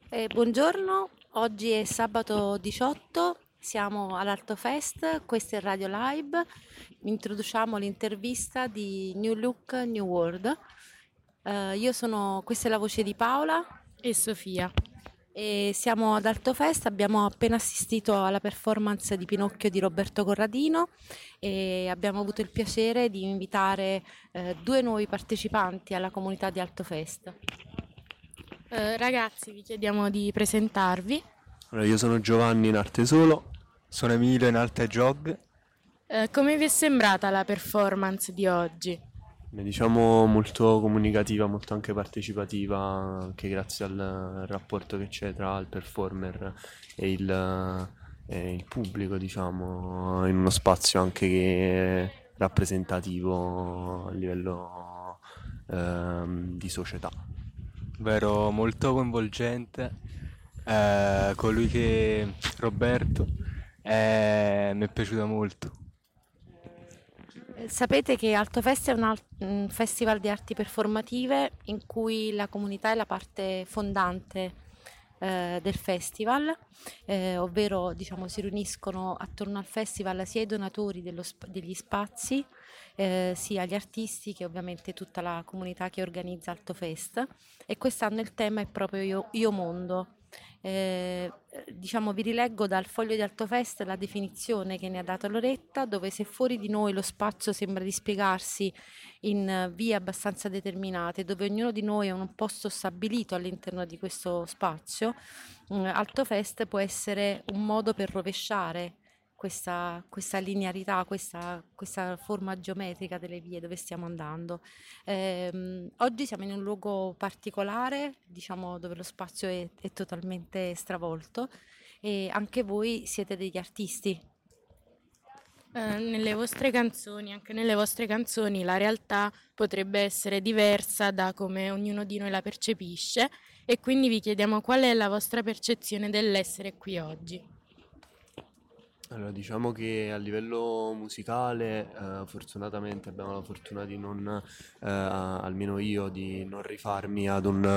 Buongiorno, oggi è sabato 18, siamo all'Alto Fest, questo è Radio Live, introduciamo l'intervista di New Look, New World. Questa è la voce di Paola E Sofia. e siamo ad Alto Fest, abbiamo appena assistito alla performance di Pinocchio di Roberto Corradino e abbiamo avuto il piacere di invitare due nuovi partecipanti alla comunità di Alto Fest. Ragazzi, vi chiediamo di presentarvi. Allora, io sono Giovanni in arte solo. Sono Emilio in arte jog. Come vi è sembrata la performance di oggi? Diciamo molto comunicativa, molto anche partecipativa, anche grazie al rapporto che c'è tra il performer e il pubblico, diciamo, in uno spazio anche che è rappresentativo a livello di società. Vero, molto coinvolgente. Colui che Roberto mi è piaciuto molto. Sapete che Alto Fest è un festival di arti performative in cui la comunità è la parte fondante del festival, ovvero diciamo, si riuniscono attorno al festival sia i donatori degli spazi, sia gli artisti che ovviamente tutta la comunità che organizza Alto Fest e quest'anno il tema è proprio Io Mondo. Diciamo, vi rileggo dal foglio di Alto Fest la definizione che ne ha dato Loretta, dove se fuori di noi lo spazio sembra dispiegarsi in vie abbastanza determinate, dove ognuno di noi è un posto stabilito all'interno di questo spazio, Alto Fest può essere un modo per rovesciare questa linearità, questa forma geometrica delle vie dove stiamo andando. Oggi siamo in un luogo particolare, diciamo, dove lo spazio è totalmente stravolto e anche voi siete degli artisti. Nelle vostre canzoni, anche nelle vostre canzoni, la realtà potrebbe essere diversa da come ognuno di noi la percepisce e quindi vi chiediamo qual è la vostra percezione dell'essere qui oggi. Allora, diciamo che a livello musicale, fortunatamente abbiamo la fortuna di non, almeno io, di non rifarmi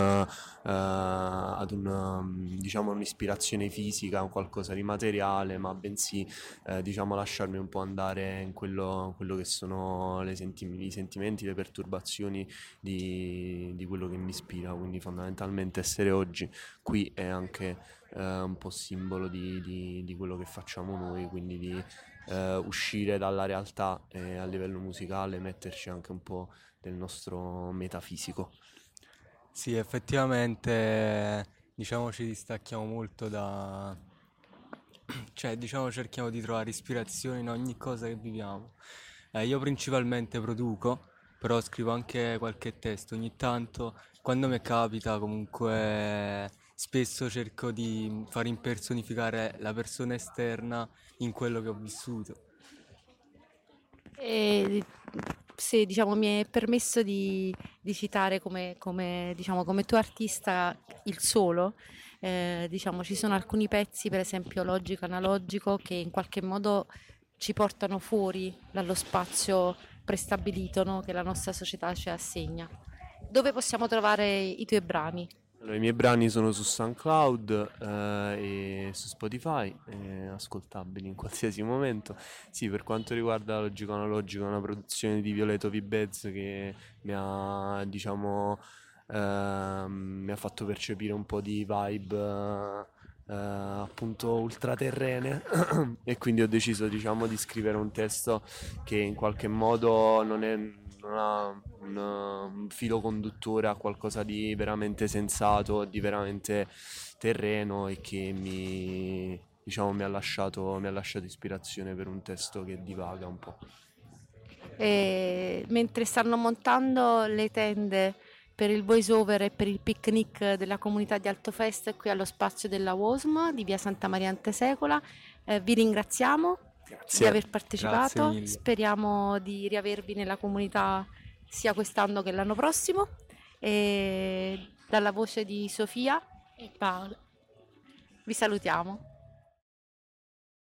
diciamo, un'ispirazione fisica, un qualcosa di materiale, ma bensì, diciamo, lasciarmi un po' andare in quello che sono i sentimenti, le perturbazioni di quello che mi ispira. Quindi fondamentalmente essere oggi qui è anche un po' simbolo di quello che facciamo noi, quindi di uscire dalla realtà e a livello musicale metterci anche un po' del nostro metafisico. Sì, effettivamente, diciamo, ci distacchiamo molto cioè, diciamo, cerchiamo di trovare ispirazione in ogni cosa che viviamo. Io principalmente produco, però scrivo anche qualche testo ogni tanto. Quando mi capita, comunque, spesso cerco di far impersonificare la persona esterna in quello che ho vissuto. E se diciamo, mi è permesso di citare diciamo, come tuo artista il solo, diciamo, ci sono alcuni pezzi, per esempio logico, analogico, che in qualche modo ci portano fuori dallo spazio prestabilito, no, che la nostra società ci assegna. Dove possiamo trovare i tuoi brani? Allora, i miei brani sono su SoundCloud e su Spotify, ascoltabili in qualsiasi momento. Sì, per quanto riguarda Logico Analogico, è una produzione di Violeto Vibez che diciamo, mi ha fatto percepire un po' di vibe appunto ultraterrene e quindi ho deciso, diciamo, di scrivere un testo che in qualche modo non ha un filo conduttore, a qualcosa di veramente sensato, di veramente terreno e che diciamo, mi ha lasciato ispirazione per un testo che divaga un po'. E mentre stanno montando le tende per il voice over e per il picnic della comunità di Alto Fest qui allo spazio della UOSM di via Santa Maria Antesecola, vi ringraziamo di Grazie. aver Grazie partecipato, mille. speriamo di riavervi nella comunità sia quest'anno che l'anno prossimo e dalla voce di Sofia E Paola. vi salutiamo.